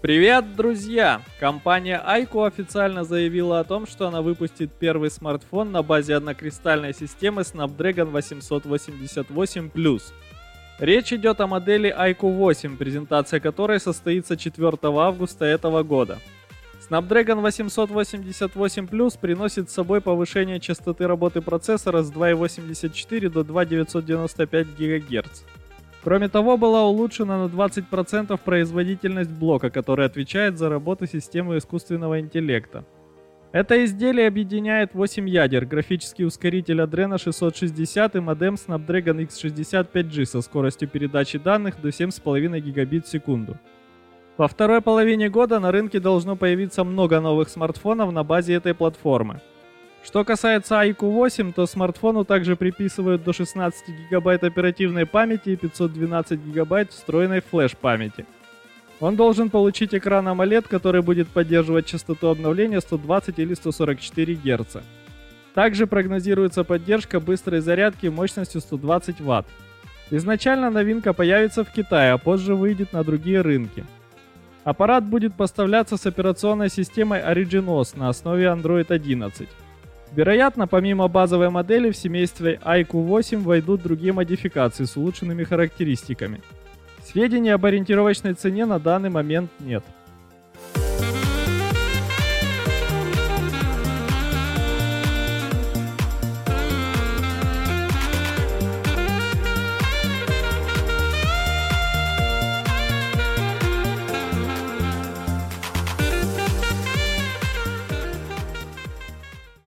Привет, друзья! Компания Aiku официально заявила о том, что она выпустит первый смартфон на базе однокристальной системы Snapdragon 888 Plus. Речь идет о модели Aiku 8, презентация которой состоится 4 августа этого года. Snapdragon 888 Plus приносит с собой повышение частоты работы процессора с 2,84 до 2,995 ГГц. Кроме того, была улучшена на 20% производительность блока, который отвечает за работу системы искусственного интеллекта. Это изделие объединяет 8 ядер, графический ускоритель Adreno 660 и модем Snapdragon X60 5G со скоростью передачи данных до 7,5 гигабит в секунду. Во второй половине года на рынке должно появиться много новых смартфонов на базе этой платформы. Что касается Aiku 8, то смартфону также приписывают до 16 ГБ оперативной памяти и 512 ГБ встроенной флеш-памяти. Он должен получить экран AMOLED, который будет поддерживать частоту обновления 120 или 144 Гц. Также прогнозируется поддержка быстрой зарядки мощностью 120 Вт. Изначально новинка появится в Китае, а позже выйдет на другие рынки. Аппарат будет поставляться с операционной системой OriginOS на основе Android 11. Вероятно, помимо базовой модели в семействе Aiku 8 войдут другие модификации с улучшенными характеристиками. Сведений об ориентировочной цене на данный момент нет.